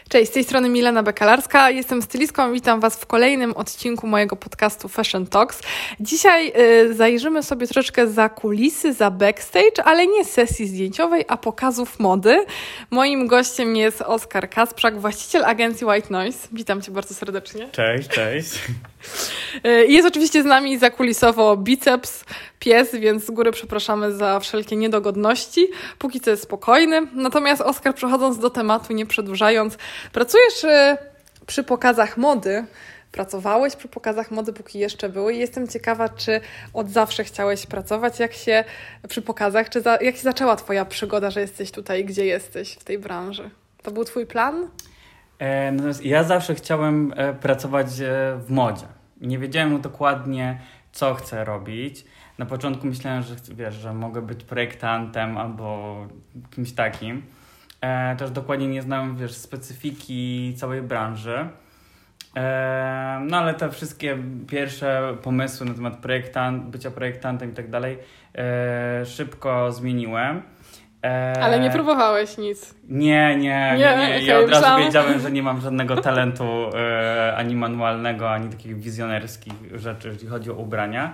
Cześć, z tej strony Milena Bekalarska, jestem stylistką i witam Was w kolejnym odcinku mojego podcastu Fashion Talks. Dzisiaj zajrzymy sobie troszeczkę za kulisy, za backstage, ale nie sesji zdjęciowej, a pokazów mody. Moim gościem jest Oskar Kasprzak, właściciel agencji White Noise. Witam Cię bardzo serdecznie. Cześć. Jest oczywiście z nami zakulisowo biceps, pies, więc z góry przepraszamy za wszelkie niedogodności. Póki co jest spokojny. Natomiast Oskar, przechodząc do tematu, nie przedłużając, pracujesz przy pokazach mody. Pracowałeś przy pokazach mody, póki jeszcze były. I jestem ciekawa, czy od zawsze chciałeś pracować przy pokazach, czy jak się zaczęła Twoja przygoda, że jesteś tutaj, gdzie jesteś w tej branży? To był Twój plan? Natomiast ja zawsze chciałem pracować w modzie. Nie wiedziałem dokładnie, co chcę robić. Na początku myślałem, że mogę być projektantem albo kimś takim. Też dokładnie nie znałem, specyfiki całej branży. No ale te wszystkie pierwsze pomysły na temat bycia projektantem i tak dalej szybko zmieniłem. Ale nie próbowałeś nic. Nie. Ja od razu wiedziałem, że nie mam żadnego talentu ani manualnego, ani takich wizjonerskich rzeczy, jeśli chodzi o ubrania.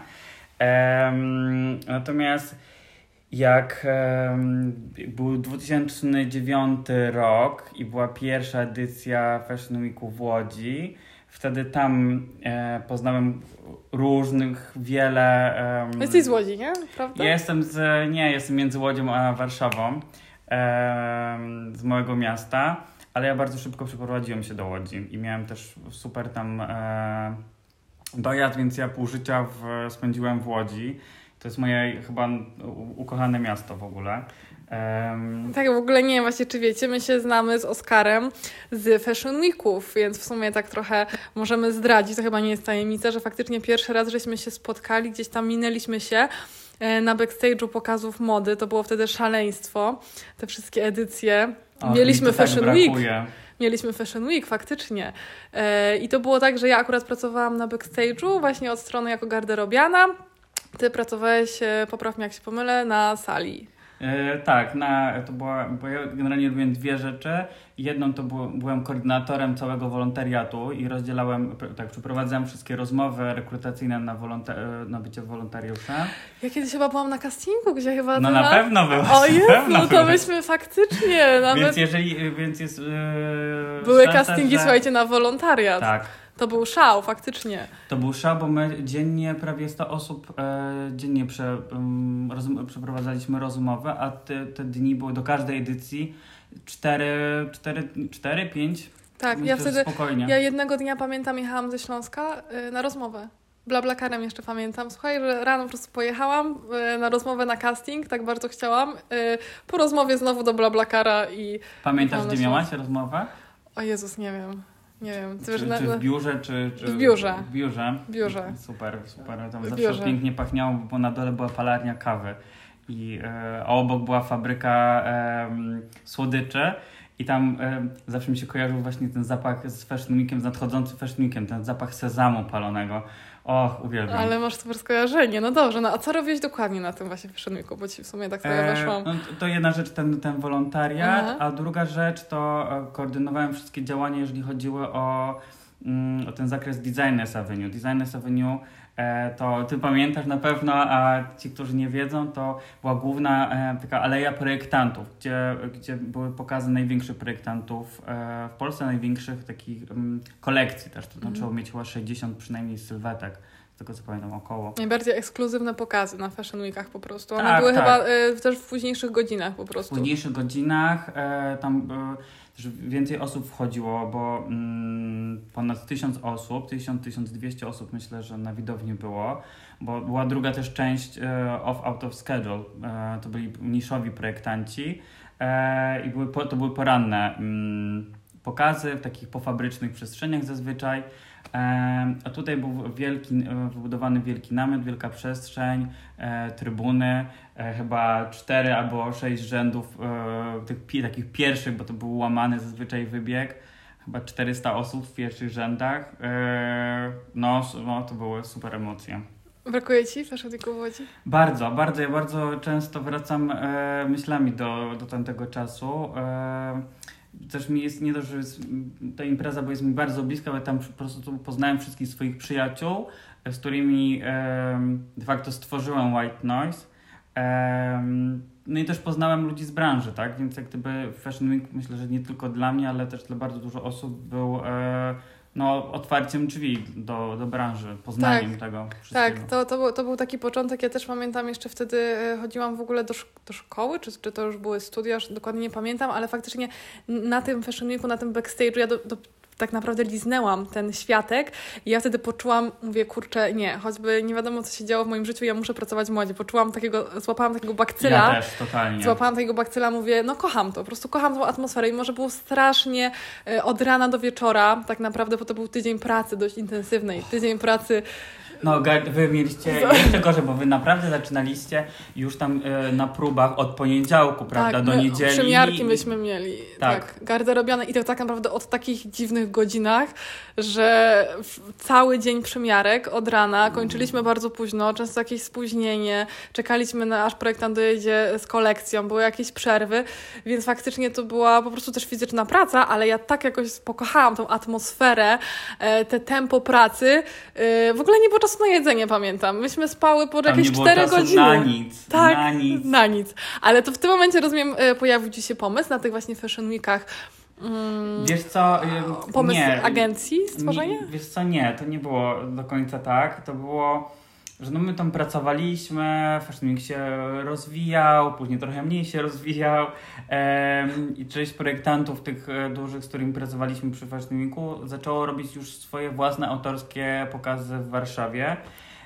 Natomiast jak był 2009 rok i była pierwsza edycja Fashion Weeku w Łodzi, wtedy tam poznałem wiele... Jesteś z Łodzi, nie? Prawda? Jestem między Łodzią a Warszawą, z małego miasta, ale ja bardzo szybko przeprowadziłem się do Łodzi i miałem też super tam dojazd, więc ja pół życia spędziłem w Łodzi. To jest moje chyba ukochane miasto w ogóle. Tak, w ogóle nie wiem właśnie, czy wiecie, my się znamy z Oskarem z Fashion Weeków, więc w sumie tak trochę możemy zdradzić, to chyba nie jest tajemnica, że faktycznie pierwszy raz żeśmy się spotkali, gdzieś tam minęliśmy się na backstage'u pokazów mody, to było wtedy szaleństwo, te wszystkie edycje. Mieliśmy Fashion Week. Mieliśmy Fashion Week, faktycznie. I to było tak, że ja akurat pracowałam na backstage'u właśnie od strony jako garderobiana. Ty pracowałeś, popraw mnie jak się pomylę, na sali. Tak, bo ja generalnie robiłem dwie rzeczy. Jedną to byłem koordynatorem całego wolontariatu i przeprowadzałem wszystkie rozmowy rekrutacyjne na bycie wolontariuszem. Ja kiedyś chyba byłam na castingu, gdzie chyba... No na pewno byłaś. O Jezu, to myśmy faktycznie nawet... Więc jest... Były castingi, słuchajcie, na wolontariat. Tak. To był szał, faktycznie. To był szał, bo my dziennie, prawie 100 osób dziennie przeprowadzaliśmy rozmowę, a te dni były do każdej edycji 4-5. Tak, myślę, ja wtedy, spokojnie. Ja jednego dnia pamiętam, jechałam ze Śląska na rozmowę. BlaBlaCarem jeszcze pamiętam. Słuchaj, że rano po prostu pojechałam na rozmowę, na casting, tak bardzo chciałam. Po rozmowie znowu do BlaBlaCara i... Pamiętasz, gdzie miałaś rozmowę? O Jezus, nie wiem. Nie wiem. Czy w biurze, czy... W biurze. W biurze. Super. Tam zawsze pięknie pachniało, bo na dole była palarnia kawy. A obok była fabryka słodyczy. I tam zawsze mi się kojarzył właśnie ten zapach z Fashion Weekiem, z nadchodzącym Fashion Weekiem, ten zapach sezamu palonego. Och, uwielbiam. Ale masz super skojarzenie. No dobrze, a co robiłeś dokładnie na tym właśnie Fashion Weeku? Bo ci w sumie tak sobie weszłam. No, to jedna rzecz, ten wolontariat, a druga rzecz to koordynowałem wszystkie działania, jeżeli chodziło o ten zakres Designers Avenue. Designers Avenue to ty pamiętasz na pewno, a ci, którzy nie wiedzą, to była główna taka aleja projektantów, gdzie były pokazy największych projektantów w Polsce, największych takich kolekcji też. To trzeba mieć chyba 60 przynajmniej sylwetek, z tego co pamiętam, około. Najbardziej ekskluzywne pokazy na Fashion Weekach po prostu. One były chyba też w późniejszych godzinach po prostu. W późniejszych godzinach tam też więcej osób wchodziło, bo ponad 1000 osób, 1000-1200 osób myślę, że na widowni było, bo była druga też część out of schedule. To byli niszowi projektanci i to były poranne pokazy w takich pofabrycznych przestrzeniach zazwyczaj. A tutaj był wybudowany wielki namiot, wielka przestrzeń, trybuny, chyba 4 albo 6 rzędów takich pierwszych, bo to był łamany zazwyczaj wybieg, chyba 400 osób w pierwszych rzędach. No to były super emocje. Brakuje Ci Fashion Weeku w Łodzi? Bardzo. Ja bardzo często wracam myślami do tamtego czasu. też mi jest nie dość, że ta impreza, bo jest mi bardzo bliska, ale tam po prostu poznałem wszystkich swoich przyjaciół, z którymi de facto stworzyłem White Noise. No i też poznałem ludzi z branży, tak? Więc jak gdyby Fashion Week, myślę, że nie tylko dla mnie, ale też dla bardzo dużo osób był otwarciem drzwi do branży, poznaniem tego wszystkiego. Tak, to był taki początek. Ja też pamiętam, jeszcze wtedy chodziłam w ogóle do szkoły, czy to już były studia, już dokładnie nie pamiętam, ale faktycznie na tym Fashion Weeku, na tym backstage'u ja tak naprawdę liznęłam ten światek i ja wtedy poczułam, mówię, kurczę, nie, choćby nie wiadomo, co się działo w moim życiu, ja muszę pracować w modzie. Złapałam takiego bakcyla. Ja też, totalnie. Złapałam takiego bakcyla, mówię, no kocham to, po prostu kocham tą atmosferę i może było strasznie od rana do wieczora, tak naprawdę, bo to był tydzień pracy dość intensywnej, tydzień pracy. No, wy mieliście jeszcze gorzej, bo wy naprawdę zaczynaliście już tam na próbach od poniedziałku, prawda, do niedzieli. Przymiarki myśmy mieli, tak, garderobiane i to tak naprawdę od takich dziwnych godzinach, że cały dzień przymiarek od rana, kończyliśmy bardzo późno, często jakieś spóźnienie, czekaliśmy aż projektant dojedzie z kolekcją, były jakieś przerwy, więc faktycznie to była po prostu też fizyczna praca, ale ja tak jakoś pokochałam tą atmosferę, te tempo pracy, w ogóle nie było czasu na jedzenie, pamiętam. Myśmy spały po jakieś 4 godziny. Na nic. Tak, na nic. Ale to w tym momencie, rozumiem, pojawił Ci się pomysł na tych właśnie Fashion Weekach. Wiesz co? Pomysł nie. agencji, stworzenie? Wiesz co, nie. To nie było do końca tak. To było, że my tam pracowaliśmy, Fashion Week się rozwijał, później trochę mniej się rozwijał i część projektantów tych dużych, z którymi pracowaliśmy przy Fashion Weeku, zaczęło robić już swoje własne autorskie pokazy w Warszawie.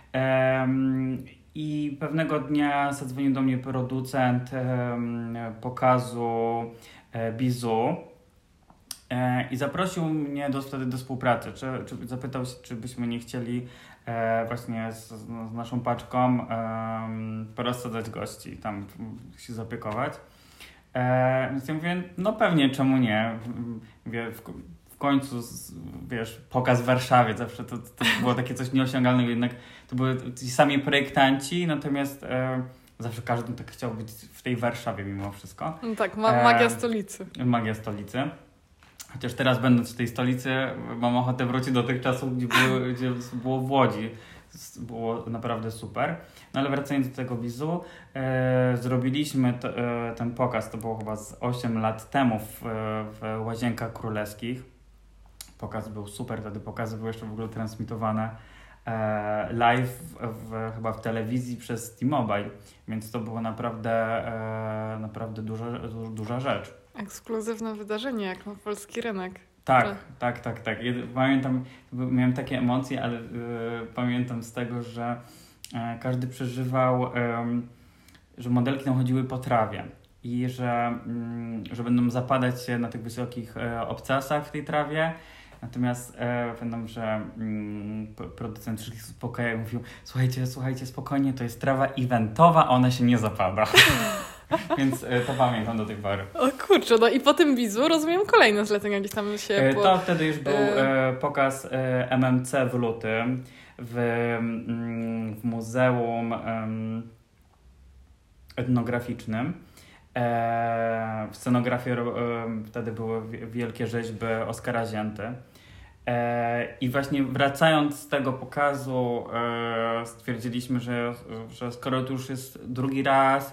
I pewnego dnia zadzwonił do mnie producent pokazu Bizu i zaprosił mnie wtedy do współpracy. Czy zapytał się, czy byśmy nie chcieli właśnie z naszą paczką porozsadzać gości, tam się zaopiekować. Więc ja mówię, no pewnie, czemu nie? Mówię, w końcu, wiesz, pokaz w Warszawie, zawsze to było takie coś nieosiągalnego, jednak to były ci sami projektanci, natomiast zawsze każdy tak chciał być w tej Warszawie mimo wszystko. No tak, magia stolicy. Magia stolicy. Chociaż teraz, będąc w tej stolicy, mam ochotę wrócić do tych czasów, gdzie było w Łodzi. Było naprawdę super. No ale wracając do tego Bizu, zrobiliśmy ten pokaz, to było chyba z 8 lat temu w Łazienkach Królewskich. Pokaz był super, wtedy pokazy były jeszcze w ogóle transmitowane live chyba w telewizji przez T-Mobile, więc to było naprawdę duża rzecz. Ekskluzywne wydarzenie, jak na polski rynek. Tak. Ja pamiętam, miałem takie emocje, ale pamiętam z tego, że każdy przeżywał, że modelki tam chodziły po trawie i że będą zapadać się na tych wysokich obcasach w tej trawie. Natomiast pamiętam, że producent wszystkich uspokajał i mówił, słuchajcie, spokojnie, to jest trawa eventowa, ona się nie zapada. Więc to pamiętam do tej pory. O kurczę, no i po tym Bizu rozumiem kolejne zlecenia gdzieś tam się... To wtedy już był pokaz MMC w lutym w Muzeum Etnograficznym. W scenografii wtedy były wielkie rzeźby Oskara Zięty. I właśnie wracając z tego pokazu stwierdziliśmy, że skoro to już jest drugi raz,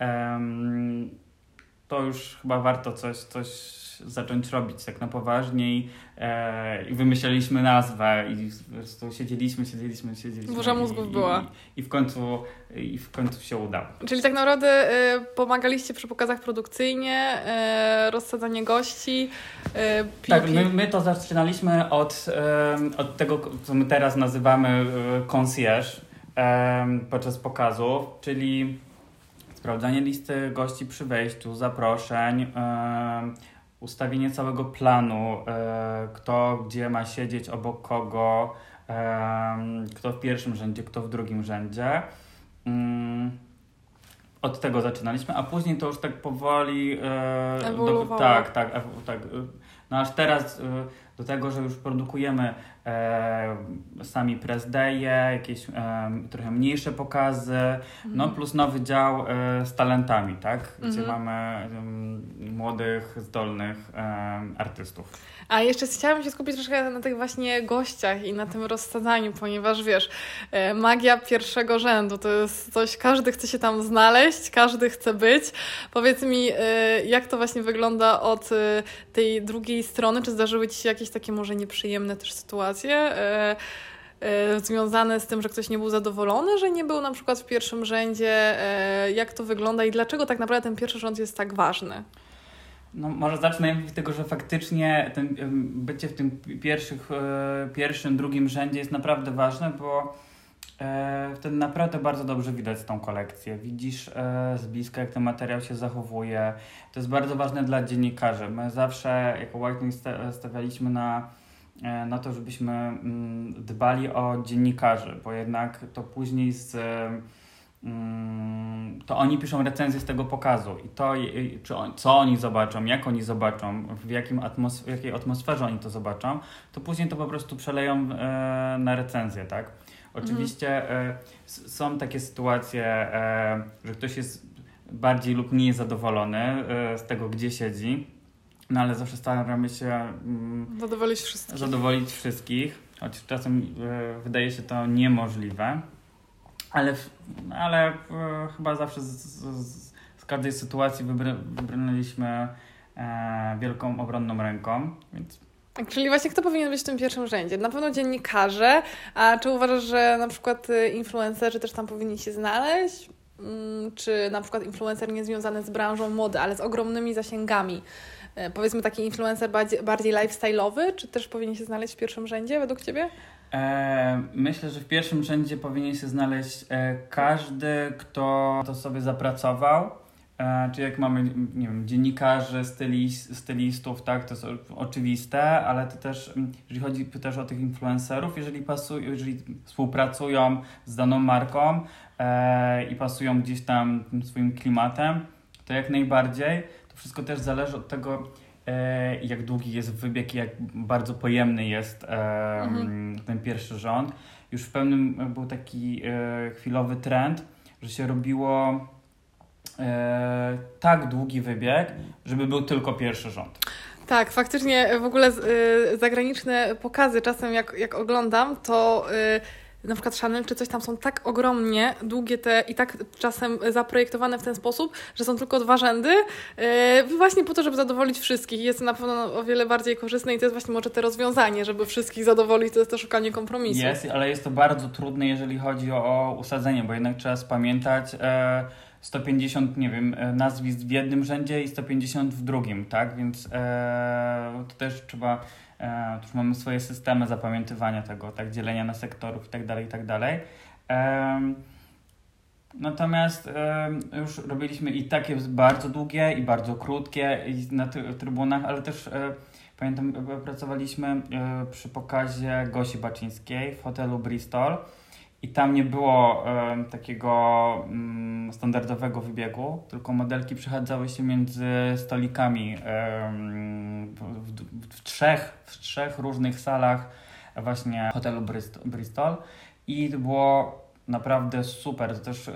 to już chyba warto coś zacząć robić tak na poważniej i wymyśliliśmy nazwę i po prostu siedzieliśmy. Burza mózgów była. I w końcu się udało. Czyli tak naprawdę pomagaliście przy pokazach produkcyjnie, rozsadzanie gości. Tak, my to zaczynaliśmy od tego, co my teraz nazywamy concierge podczas pokazów, czyli sprawdzanie listy gości przy wejściu, zaproszeń, ustawienie całego planu, kto gdzie ma siedzieć, obok kogo, kto w pierwszym rzędzie, kto w drugim rzędzie. Od tego zaczynaliśmy, a później to już tak powoli... ewoluowało. Tak. No aż teraz do tego, że już produkujemy sami press day'e, jakieś trochę mniejsze pokazy, no plus nowy dział z talentami, tak? Gdzie mamy młodych, zdolnych artystów. A jeszcze chciałabym się skupić troszkę na tych właśnie gościach i na tym rozsadzaniu, ponieważ wiesz, magia pierwszego rzędu to jest coś, każdy chce się tam znaleźć, każdy chce być. Powiedz mi, jak to właśnie wygląda od tej drugiej strony? Czy zdarzyły Ci się jakieś takie może nieprzyjemne też sytuacje związane z tym, że ktoś nie był zadowolony, że nie był na przykład w pierwszym rzędzie? Jak to wygląda i dlaczego tak naprawdę ten pierwszy rząd jest tak ważny? No, może zacznę od tego, że faktycznie bycie w tym pierwszym, drugim rzędzie jest naprawdę ważne, bo wtedy naprawdę bardzo dobrze widać tą kolekcję. Widzisz z bliska, jak ten materiał się zachowuje. To jest bardzo ważne dla dziennikarzy. My zawsze jako Whitelink stawialiśmy na to, żebyśmy dbali o dziennikarzy, bo jednak to później to oni piszą recenzję z tego pokazu i to, co oni zobaczą, jak oni zobaczą, w jakiej atmosferze oni to zobaczą, to później to po prostu przeleją na recenzję, tak? Oczywiście są takie sytuacje, że ktoś jest bardziej lub mniej zadowolony z tego, gdzie siedzi, no ale zawsze staramy się zadowolić wszystkich, choć czasem wydaje się to niemożliwe. Ale chyba zawsze z każdej sytuacji wybraliśmy wielką, obronną ręką. Więc... Czyli właśnie kto powinien być w tym pierwszym rzędzie? Na pewno dziennikarze, a czy uważasz, że na przykład influencerzy też tam powinni się znaleźć? Czy na przykład influencer niezwiązany z branżą mody, ale z ogromnymi zasięgami? Powiedzmy taki influencer bardziej lifestyle'owy, czy też powinien się znaleźć w pierwszym rzędzie według Ciebie? Myślę, że w pierwszym rzędzie powinien się znaleźć każdy, kto to sobie zapracował. Czyli jak mamy, nie wiem, dziennikarzy, stylistów, tak, to jest oczywiste, ale to też, jeżeli chodzi też o tych influencerów, jeżeli współpracują z daną marką i pasują gdzieś tam tym swoim klimatem, to jak najbardziej. To wszystko też zależy od tego, jak długi jest wybieg i jak bardzo pojemny jest ten pierwszy rząd. Już w pewnym był taki chwilowy trend, że się robiło tak długi wybieg, żeby był tylko pierwszy rząd. Tak, faktycznie w ogóle zagraniczne pokazy czasem jak oglądam, to na przykład Chanel czy coś tam są tak ogromnie długie i tak czasem zaprojektowane w ten sposób, że są tylko 2 rzędy właśnie po to, żeby zadowolić wszystkich. Jest to na pewno o wiele bardziej korzystne i to jest właśnie może to rozwiązanie, żeby wszystkich zadowolić, to jest to szukanie kompromisu. Jest, ale jest to bardzo trudne, jeżeli chodzi o usadzenie, bo jednak trzeba spamiętać 150, nie wiem, nazwisk w jednym rzędzie i 150 w drugim, tak? Więc to też trzeba... Już mamy swoje systemy zapamiętywania tego, tak, dzielenia na sektorów i tak dalej. Natomiast już robiliśmy i takie bardzo długie i bardzo krótkie i na trybunach, ale też pamiętam, pracowaliśmy przy pokazie Gosi Baczyńskiej w hotelu Bristol i tam nie było takiego standardowego wybiegu, tylko modelki przechadzały się między stolikami w trzech różnych salach właśnie hotelu Bristol i to było naprawdę super. To też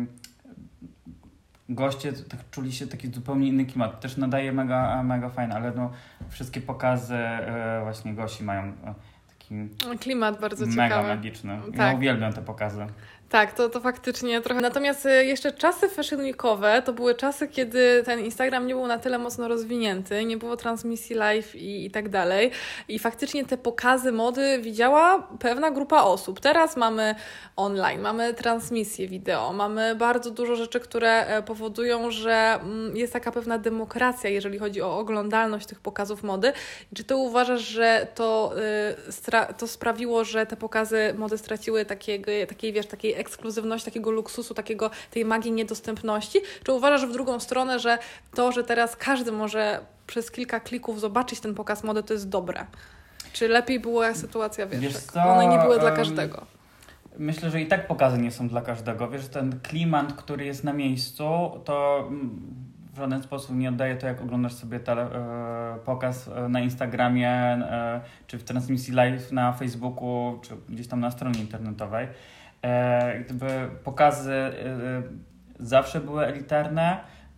goście tak czuli się taki zupełnie inny klimat. To też nadaje mega fajne, ale no, wszystkie pokazy właśnie Gosi mają klimat bardzo mega ciekawy. magiczny. Tak. Ja uwielbiam te pokazy. Tak, to faktycznie trochę. Natomiast jeszcze czasy fashion weekowe to były czasy, kiedy ten Instagram nie był na tyle mocno rozwinięty, nie było transmisji live i tak dalej. I faktycznie te pokazy mody widziała pewna grupa osób. Teraz mamy online, mamy transmisję wideo, mamy bardzo dużo rzeczy, które powodują, że jest taka pewna demokracja, jeżeli chodzi o oglądalność tych pokazów mody. I czy ty uważasz, że to sprawiło, że te pokazy mody straciły takiej ekskluzywności, takiego luksusu, tej magii niedostępności? Czy uważasz w drugą stronę, że to, że teraz każdy może przez kilka klików zobaczyć ten pokaz mody, to jest dobre? Czy lepiej była sytuacja, one nie były dla każdego? Myślę, że i tak pokazy nie są dla każdego. Wiesz, ten klimat, który jest na miejscu, to żaden sposób nie oddaje to, jak oglądasz sobie pokaz na Instagramie, czy w transmisji live na Facebooku, czy gdzieś tam na stronie internetowej. Gdyby pokazy zawsze były elitarne.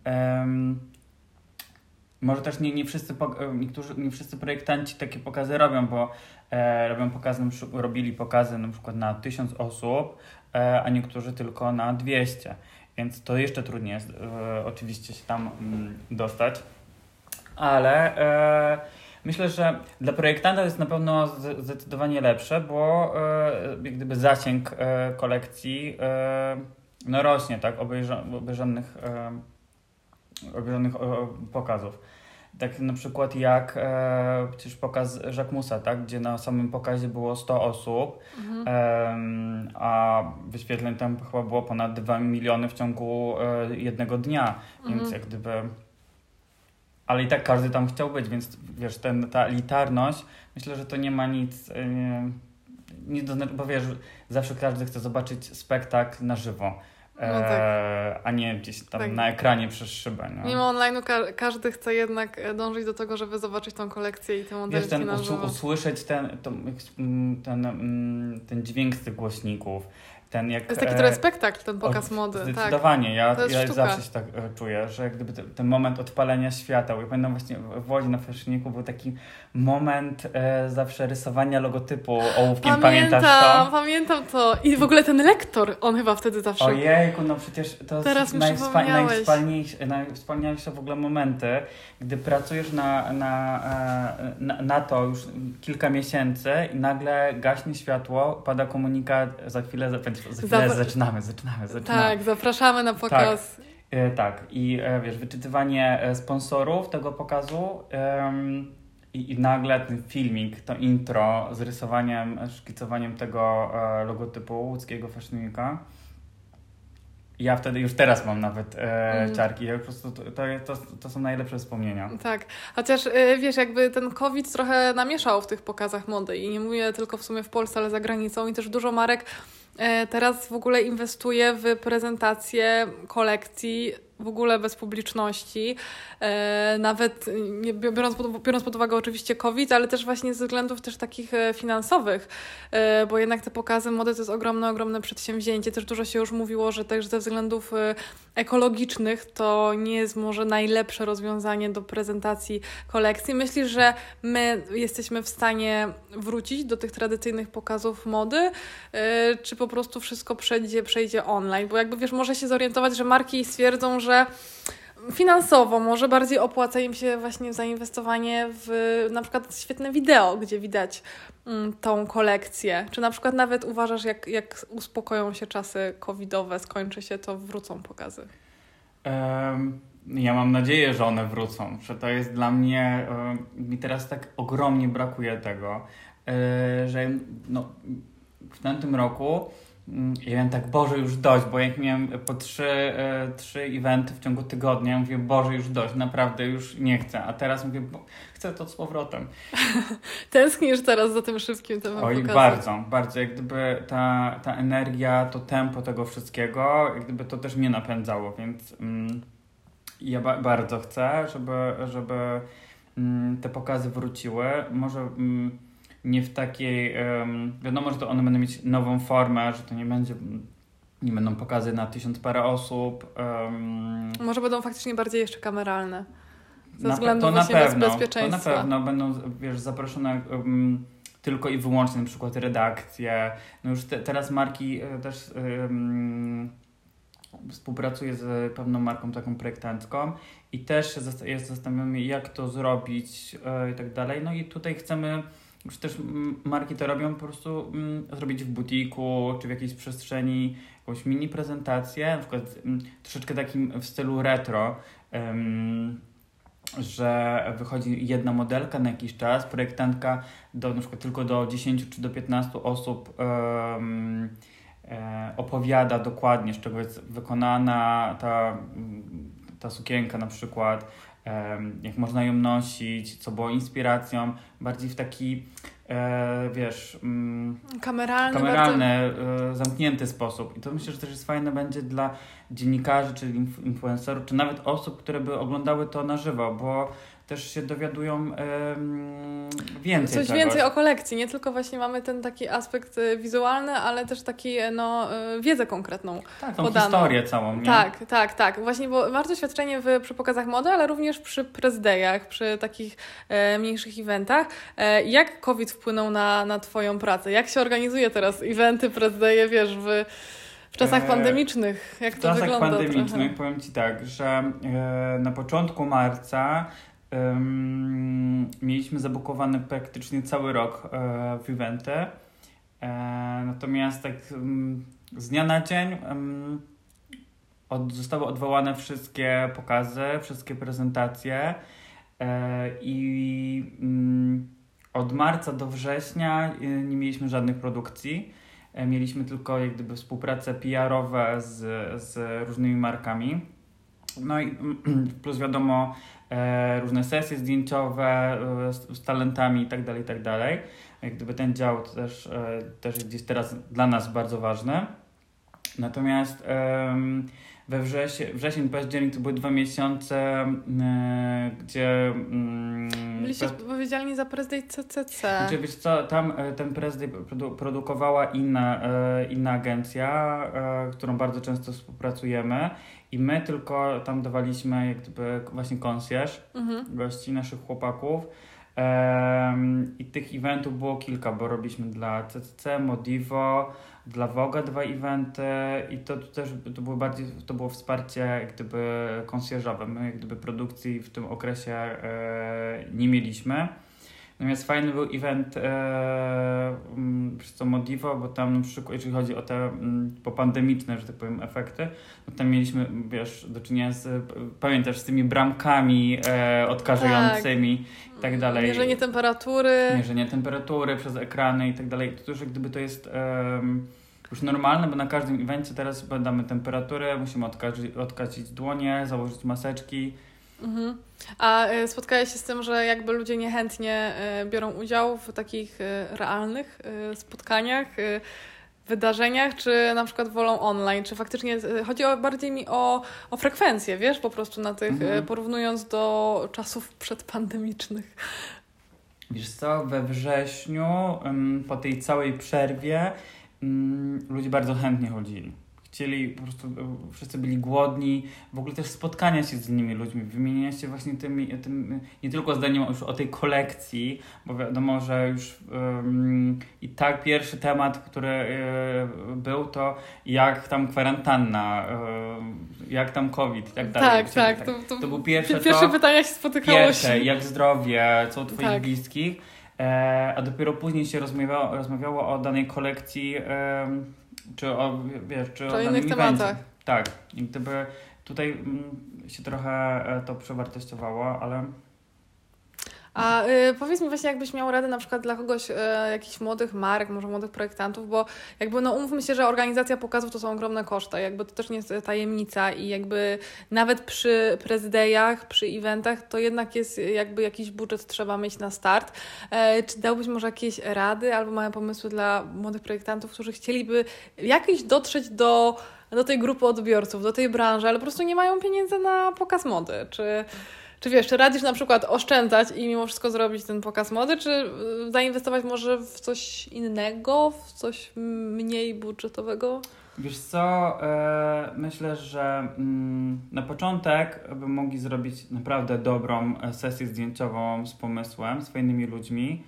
Może też nie wszyscy projektanci takie pokazy robią, bo robili pokazy na przykład na 1000 osób, a niektórzy tylko na 200. Więc to jeszcze trudniej jest oczywiście się tam dostać. Ale myślę, że dla projektanta to jest na pewno zdecydowanie lepsze, bo jak gdyby zasięg kolekcji rośnie, tak, obejrzanych pokazów. Tak na przykład jak przecież pokaz Jacquemusa, tak, gdzie na samym pokazie było 100 osób, a wyświetleń tam chyba było ponad 2 miliony w ciągu jednego dnia, więc jak gdyby... Ale i tak każdy tam chciał być, więc wiesz, ta elitarność, myślę, że to nie ma nic bo wiesz, zawsze każdy chce zobaczyć spektakl na żywo. A nie gdzieś tam na ekranie przez szybę. Nie? Mimo online'u każdy chce jednak dążyć do tego, żeby zobaczyć tą kolekcję i te modelki na żywo. Usłyszeć ten dźwięk z tych głośników. To jest taki trochę spektakl, ten pokaz mody. Zdecydowanie. Tak. Ja zawsze się tak czuję, że jak gdyby ten moment odpalenia świateł. Ja pamiętam właśnie w Łodzi na Fashion Weeku był taki moment zawsze rysowania logotypu ołówkiem. Pamiętasz to? Pamiętam to. I w ogóle ten lektor, on chyba wtedy zawsze... Ojejku, no przecież to jest najwspanialsze w ogóle momenty, gdy pracujesz na to już kilka miesięcy i nagle gaśnie światło, pada komunikat, za chwilę zaczynamy. Tak, zapraszamy na pokaz. Tak. I wiesz, wyczytywanie sponsorów tego pokazu i nagle ten filmik, to intro z rysowaniem, szkicowaniem tego logotypu łódzkiego Fashion Weeka. Ja wtedy już teraz mam nawet ciarki. Ja po prostu to są najlepsze wspomnienia. Tak, chociaż wiesz, jakby ten COVID trochę namieszał w tych pokazach mody i nie mówię tylko w sumie w Polsce, ale za granicą i też dużo marek teraz w ogóle inwestuje w prezentację kolekcji w ogóle bez publiczności, nawet biorąc pod uwagę oczywiście COVID, ale też właśnie ze względów też takich finansowych, bo jednak te pokazy mody to jest ogromne przedsięwzięcie. Też dużo się już mówiło, że też ze względów ekologicznych to nie jest może najlepsze rozwiązanie do prezentacji kolekcji. Myślisz, że my jesteśmy w stanie wrócić do tych tradycyjnych pokazów mody, czy po prostu wszystko przejdzie online? Bo jakby wiesz, może się zorientować, że marki stwierdzą, że finansowo może bardziej opłaca im się właśnie zainwestowanie w na przykład świetne wideo, gdzie widać tą kolekcję. Czy na przykład nawet uważasz, jak uspokoją się czasy covidowe, skończy się, to wrócą pokazy? Ja mam nadzieję, że one wrócą, że to jest dla mnie, mi teraz tak ogromnie brakuje tego, że w tamtym roku ja miałem tak, Boże, już dość, bo jak miałem po trzy eventy w ciągu tygodnia, mówię, Boże, już dość, naprawdę już nie chcę, a teraz mówię, chcę to z powrotem. Tęsknisz teraz za tym wszystkim temem Oj, pokazu? Bardzo, jak gdyby ta energia, to tempo tego wszystkiego, jak gdyby to też mnie napędzało, więc ja bardzo chcę, żeby te pokazy wróciły, może... nie w takiej, wiadomo, że to one będą mieć nową formę, że to nie będą pokazy na 1000 parę osób. Może będą faktycznie bardziej jeszcze kameralne. Ze względu właśnie bezpieczeństwa. To na pewno będą, wiesz, zaproszone tylko i wyłącznie na przykład redakcje. No już teraz marki też współpracuję z pewną marką taką projektancką i też zastanawiamy, jak to zrobić i tak dalej. No i tutaj chcemy, już też marki to robią, po prostu zrobić w butiku czy w jakiejś przestrzeni jakąś mini prezentację, na przykład troszeczkę takim w stylu retro, że wychodzi jedna modelka na jakiś czas, projektantka na przykład tylko do 10 czy do 15 osób opowiada dokładnie, z czego jest wykonana ta sukienka na przykład, jak można ją nosić, co było inspiracją, bardziej w taki wiesz, kameralny zamknięty sposób. I to myślę, że też jest fajne będzie dla dziennikarzy, czy influencerów, czy nawet osób, które by oglądały to na żywo, bo też się dowiadują więcej coś czegoś. więcej o kolekcji. Nie tylko właśnie mamy ten taki aspekt wizualny, ale też taki wiedzę konkretną Tak, tą podaną. historię całą, nie? Tak. Właśnie, bo masz doświadczenie przy pokazach mody, ale również przy press dayach, przy takich mniejszych eventach. Jak COVID wpłynął na Twoją pracę? Jak się organizuje teraz eventy, press daye, wiesz, w czasach pandemicznych? Jak to wygląda? W czasach pandemicznych trochę? powiem Ci tak, że na początku marca mieliśmy zabukowany praktycznie cały rok w eventy. Natomiast tak z dnia na dzień zostały odwołane wszystkie pokazy, wszystkie prezentacje i od marca do września nie mieliśmy żadnych produkcji. Mieliśmy tylko jak gdyby współprace PR-owe z różnymi markami. No i plus wiadomo różne sesje zdjęciowe z talentami i tak dalej. Jak gdyby ten dział to też jest gdzieś teraz dla nas bardzo ważny. Natomiast wrzesień, październik to były 2 miesiące, gdzie... Byliście odpowiedzialni za press day CCC. Znaczy, wiesz co, tam ten press day produkowała inna agencja, którą bardzo często współpracujemy i my tylko tam dawaliśmy jak gdyby właśnie concierge gości, naszych chłopaków. I tych eventów było kilka, bo robiliśmy dla CCC, Modivo, dla Vogue'a 2 eventy i to też to było wsparcie jak gdyby concierge'owe. My jak gdyby produkcji w tym okresie nie mieliśmy. Natomiast fajny był event przez co Modivo, bo tam na przykład, jeżeli chodzi o te popandemiczne, że tak powiem, efekty, no tam mieliśmy, wiesz, do czynienia pamiętasz, z tymi bramkami odkażającymi i tak dalej. Mierzenie temperatury przez ekrany i tak dalej. To już jak gdyby to jest już normalne, bo na każdym evencie teraz badamy temperaturę, musimy odkazić dłonie, założyć maseczki. A spotkałeś się z tym, że jakby ludzie niechętnie biorą udział w takich realnych spotkaniach, wydarzeniach, czy na przykład wolą online? Czy faktycznie chodzi bardziej mi o frekwencję, wiesz, po prostu na tych, porównując do czasów przedpandemicznych. Wiesz co, we wrześniu, po tej całej przerwie, ludzie bardzo chętnie chodzili. Chcieli, po prostu wszyscy byli głodni, w ogóle też spotkania się z innymi ludźmi, wymieniania się właśnie tym nie tylko zdaniem już o tej kolekcji, bo wiadomo, że już i tak pierwszy temat, który był, to jak tam kwarantanna, jak tam COVID i tak dalej. Tak. To był pierwsze pytania się spotykało się. Jak zdrowie, co u twoich bliskich, a dopiero później się rozmawiało o danej kolekcji, czy o innych tematach. Tak, i gdyby tutaj się trochę to przewartościowało, ale... A powiedz mi właśnie, jakbyś miał radę na przykład dla kogoś, jakichś młodych marek, może młodych projektantów, bo jakby umówmy się, że organizacja pokazów to są ogromne koszty, jakby to też nie jest tajemnica i jakby nawet przy press dayach, przy eventach to jednak jest jakby jakiś budżet trzeba mieć na start. Czy dałbyś może jakieś rady albo małe pomysły dla młodych projektantów, którzy chcieliby jakoś dotrzeć do tej grupy odbiorców, do tej branży, ale po prostu nie mają pieniędzy na pokaz mody? Czy wiesz, czy radzisz na przykład oszczędzać i mimo wszystko zrobić ten pokaz mody, czy zainwestować może w coś innego, w coś mniej budżetowego? Wiesz co, myślę, że na początek by mogli zrobić naprawdę dobrą sesję zdjęciową z pomysłem, z fajnymi ludźmi.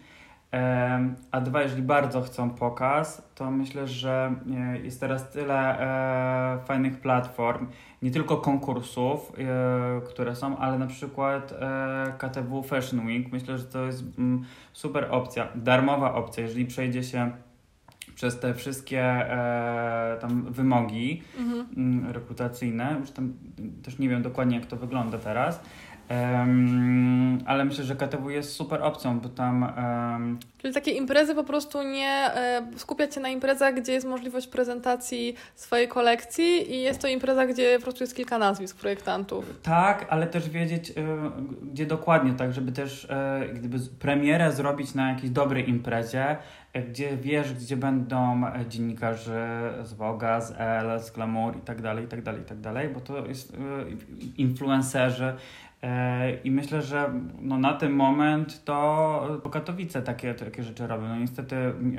A dwa, jeżeli bardzo chcą pokaz, to myślę, że jest teraz tyle fajnych platform, nie tylko konkursów, które są, ale na przykład KTW Fashion Week. Myślę, że to jest super opcja, darmowa opcja, jeżeli przejdzie się przez te wszystkie tam wymogi rekrutacyjne. Już tam też nie wiem dokładnie, jak to wygląda teraz. Ale myślę, że KTW jest super opcją, bo tam... Czyli takie imprezy po prostu nie skupiać się na imprezach, gdzie jest możliwość prezentacji swojej kolekcji i jest to impreza, gdzie po prostu jest kilka nazwisk projektantów. Tak, ale też wiedzieć, gdzie dokładnie, tak, żeby też gdyby premierę zrobić na jakiejś dobrej imprezie, gdzie wiesz, gdzie będą dziennikarze z Vogue'a, z Elle, z Glamour i tak dalej, bo to jest influencerzy. I myślę, że no, na ten moment to Katowice takie rzeczy robią. No niestety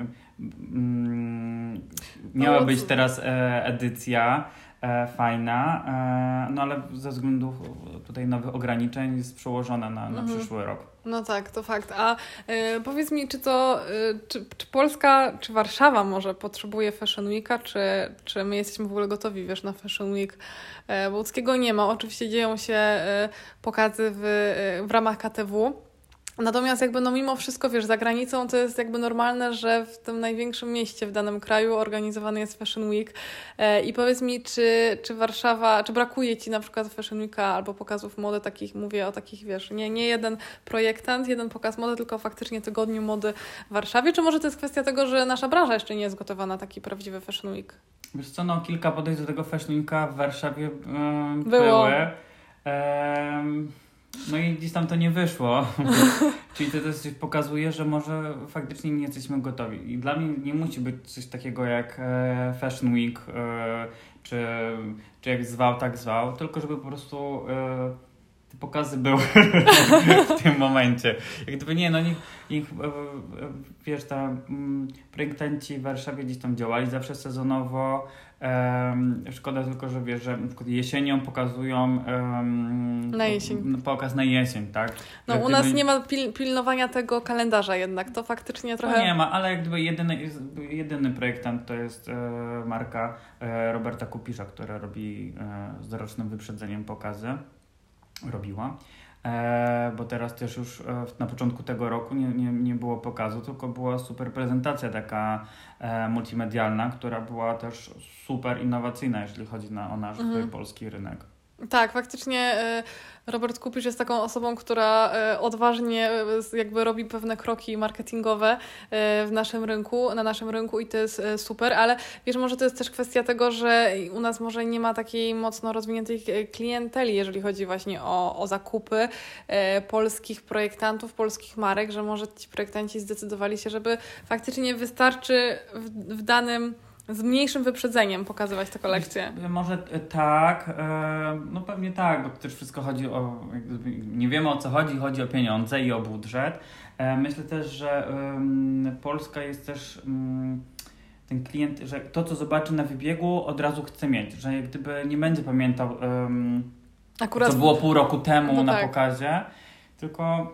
miała być teraz edycja fajna, no ale ze względu tutaj nowych ograniczeń jest przełożona na przyszły rok. No tak, to fakt. A powiedz mi, czy Polska, czy Warszawa może potrzebuje Fashion Weeka, czy my jesteśmy w ogóle gotowi, wiesz, na Fashion Week? Bo łódzkiego nie ma. Oczywiście dzieją się pokazy w ramach KTW. Natomiast jakby no mimo wszystko, wiesz, za granicą to jest jakby normalne, że w tym największym mieście w danym kraju organizowany jest Fashion Week. I powiedz mi, czy Warszawa, czy brakuje Ci na przykład Fashion Weeka albo pokazów mody takich, mówię o takich, wiesz, nie jeden projektant, jeden pokaz mody, tylko faktycznie tygodniu mody w Warszawie, czy może to jest kwestia tego, że nasza branża jeszcze nie jest gotowa na taki prawdziwy Fashion Week? Wiesz co, no kilka podejść do tego Fashion Weeka w Warszawie były. No i gdzieś tam to nie wyszło. Czyli to też pokazuje, że może faktycznie nie jesteśmy gotowi. I dla mnie nie musi być coś takiego jak Fashion Week, czy jak zwał, tak zwał, tylko żeby po prostu te pokazy były w tym momencie. Jak gdyby nie, no niech wiesz, projektanci w Warszawie gdzieś tam działali zawsze sezonowo. Szkoda tylko, że wiesz, że na przykład jesienią pokazują na jesień. Pokaz na jesień, tak? No że u nas nie ma pilnowania tego kalendarza jednak, to faktycznie trochę... No nie ma, ale jak gdyby jedyny projektant to jest marka Roberta Kupisza, która robi z rocznym wyprzedzeniem pokazy. Robiła. Bo teraz też już na początku tego roku nie było pokazu, tylko była super prezentacja taka multimedialna, która była też super innowacyjna, jeżeli chodzi o nasz polski rynek. Tak, faktycznie Robert Kupisz jest taką osobą, która odważnie jakby robi pewne kroki marketingowe w naszym rynku, na naszym rynku i to jest super, ale wiesz, może to jest też kwestia tego, że u nas może nie ma takiej mocno rozwiniętej klienteli, jeżeli chodzi właśnie o zakupy polskich projektantów, polskich marek, że może ci projektanci zdecydowali się, żeby faktycznie wystarczy w danym z mniejszym wyprzedzeniem pokazywać te kolekcje. Może tak, no pewnie tak, bo też wszystko chodzi o, nie wiemy o co chodzi o pieniądze i o budżet. Myślę też, że Polska jest też ten klient, że to co zobaczy na wybiegu od razu chce mieć, że jak gdyby nie będzie pamiętał akurat co było pół roku temu no na pokazie, tylko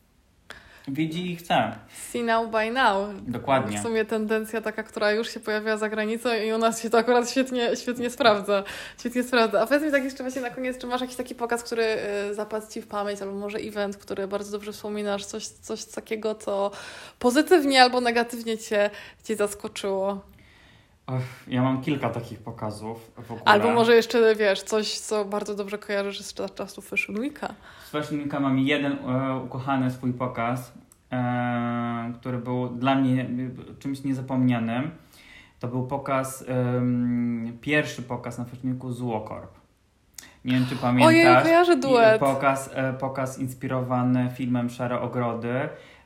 widzi i chce. See now, buy now. Dokładnie. W sumie tendencja taka, która już się pojawiła za granicą i u nas się to akurat świetnie sprawdza. Świetnie sprawdza. A powiedz mi tak jeszcze właśnie na koniec, czy masz jakiś taki pokaz, który zapadł Ci w pamięć, albo może event, który bardzo dobrze wspominasz, coś takiego, co pozytywnie albo negatywnie Cię zaskoczyło? Ja mam kilka takich pokazów w ogóle. Albo może jeszcze, wiesz, coś, co bardzo dobrze kojarzysz z czasów Fashion Weeka. Z Fashion Weeka mam jeden ukochany swój pokaz, który był dla mnie czymś niezapomnianym. To był pokaz, pierwszy pokaz na Fashion Weeku Złokorp. Nie wiem, czy pamiętasz. Ojej, kojarzę duet. Pokaz inspirowany filmem Szare Ogrody.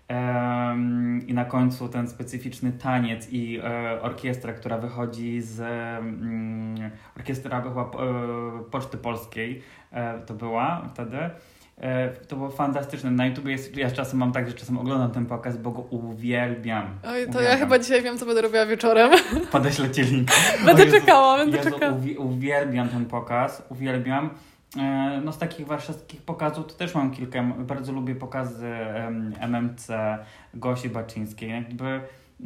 I na końcu ten specyficzny taniec i orkiestra, która wychodzi z orkiestra chyba Poczty Polskiej to była wtedy. To było fantastyczne. Na YouTubie ja czasem mam tak, że czasem oglądam ten pokaz, bo go uwielbiam. Oj, to ja chyba dzisiaj wiem, co będę robiła wieczorem. Podeślę Ci link. Będę czekała. Uwielbiam ten pokaz, uwielbiam. No z takich warszawskich pokazów to też mam kilka. Bardzo lubię pokazy MMC, Gosi Baczyńskiej. Jakby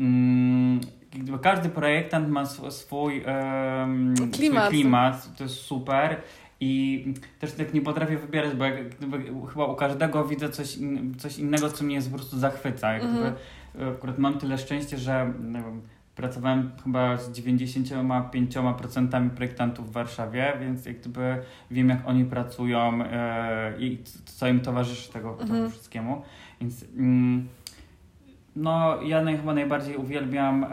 każdy projektant ma swój klimat, to jest super. I też tak nie potrafię wybierać, bo chyba u każdego widzę coś innego, co mnie po prostu zachwyca. Akurat mam tyle szczęścia, że pracowałem chyba z 95% projektantów w Warszawie, więc jak gdyby wiem, jak oni pracują i co im towarzyszy tego wszystkiemu. Więc no ja chyba najbardziej uwielbiam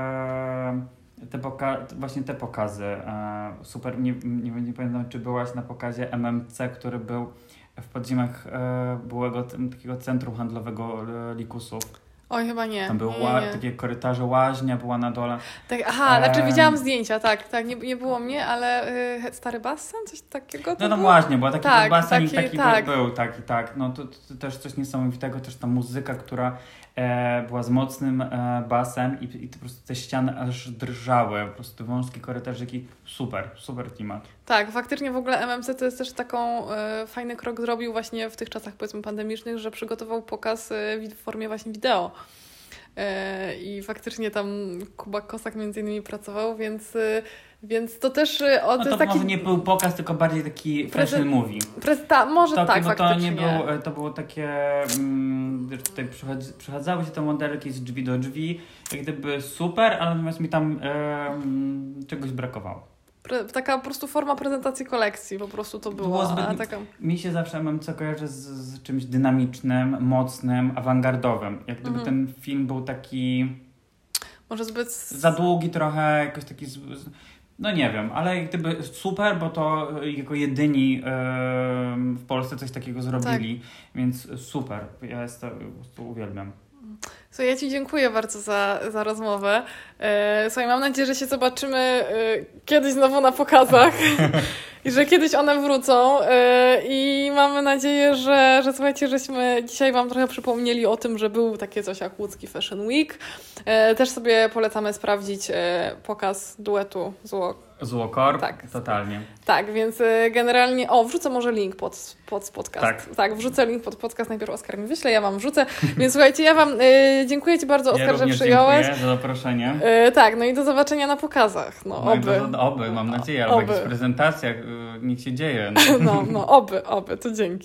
właśnie te pokazy. Super, nie pamiętam, czy byłaś na pokazie MMC, który był w podziemiach byłego takiego centrum handlowego Likusów. Oj, chyba nie. Tam były takie korytarze, łaźnia była na dole. Tak, znaczy widziałam zdjęcia, tak, nie było mnie, ale stary basen, coś takiego? No tam łaźnia była, taki basen taki tak. był, tak. No to też coś niesamowitego, też ta muzyka, która była z mocnym basem i po prostu te ściany aż drżały, po prostu wąskie korytarzyki, super klimat. Tak, faktycznie w ogóle MMC to jest też taką fajny krok zrobił właśnie w tych czasach powiedzmy pandemicznych, że przygotował pokaz w formie właśnie wideo. I faktycznie tam Kuba Kosak między innymi pracował, więc to też... to taki... może nie był pokaz, tylko bardziej taki fashion movie. Może tak, faktycznie. To było takie... tutaj przechadzały się te modelki z drzwi do drzwi, jak gdyby super, ale natomiast mi tam czegoś brakowało. Taka po prostu forma prezentacji kolekcji, po prostu to było. Mi się zawsze MMC kojarzy z czymś dynamicznym, mocnym, awangardowym. Jak gdyby ten film był taki... Może zbyt... Za długi trochę, jakoś taki... No nie wiem, ale jak gdyby super, bo to jako jedyni w Polsce coś takiego zrobili, więc super. Ja to po prostu uwielbiam. Słuchaj, ja Ci dziękuję bardzo za rozmowę. Słuchaj, mam nadzieję, że się zobaczymy kiedyś znowu na pokazach i że kiedyś one wrócą. I mamy nadzieję, że słuchajcie, żeśmy dzisiaj Wam trochę przypomnieli o tym, że był takie coś jak Łódzki Fashion Week. Też sobie polecamy sprawdzić pokaz duetu Złokorp? Tak. Totalnie. Tak, więc generalnie... wrzucę może link pod podcast. Tak, wrzucę link pod podcast. Najpierw Oskar mi wyśle, ja Wam wrzucę. Więc słuchajcie, ja Wam dziękuję Ci bardzo, Oskar, że przyjąłeś. Dziękuję za zaproszenie. Tak, no i do zobaczenia na pokazach. Oby, mam nadzieję, albo w jakichś prezentacjach, niech się dzieje. Oby, to dzięki.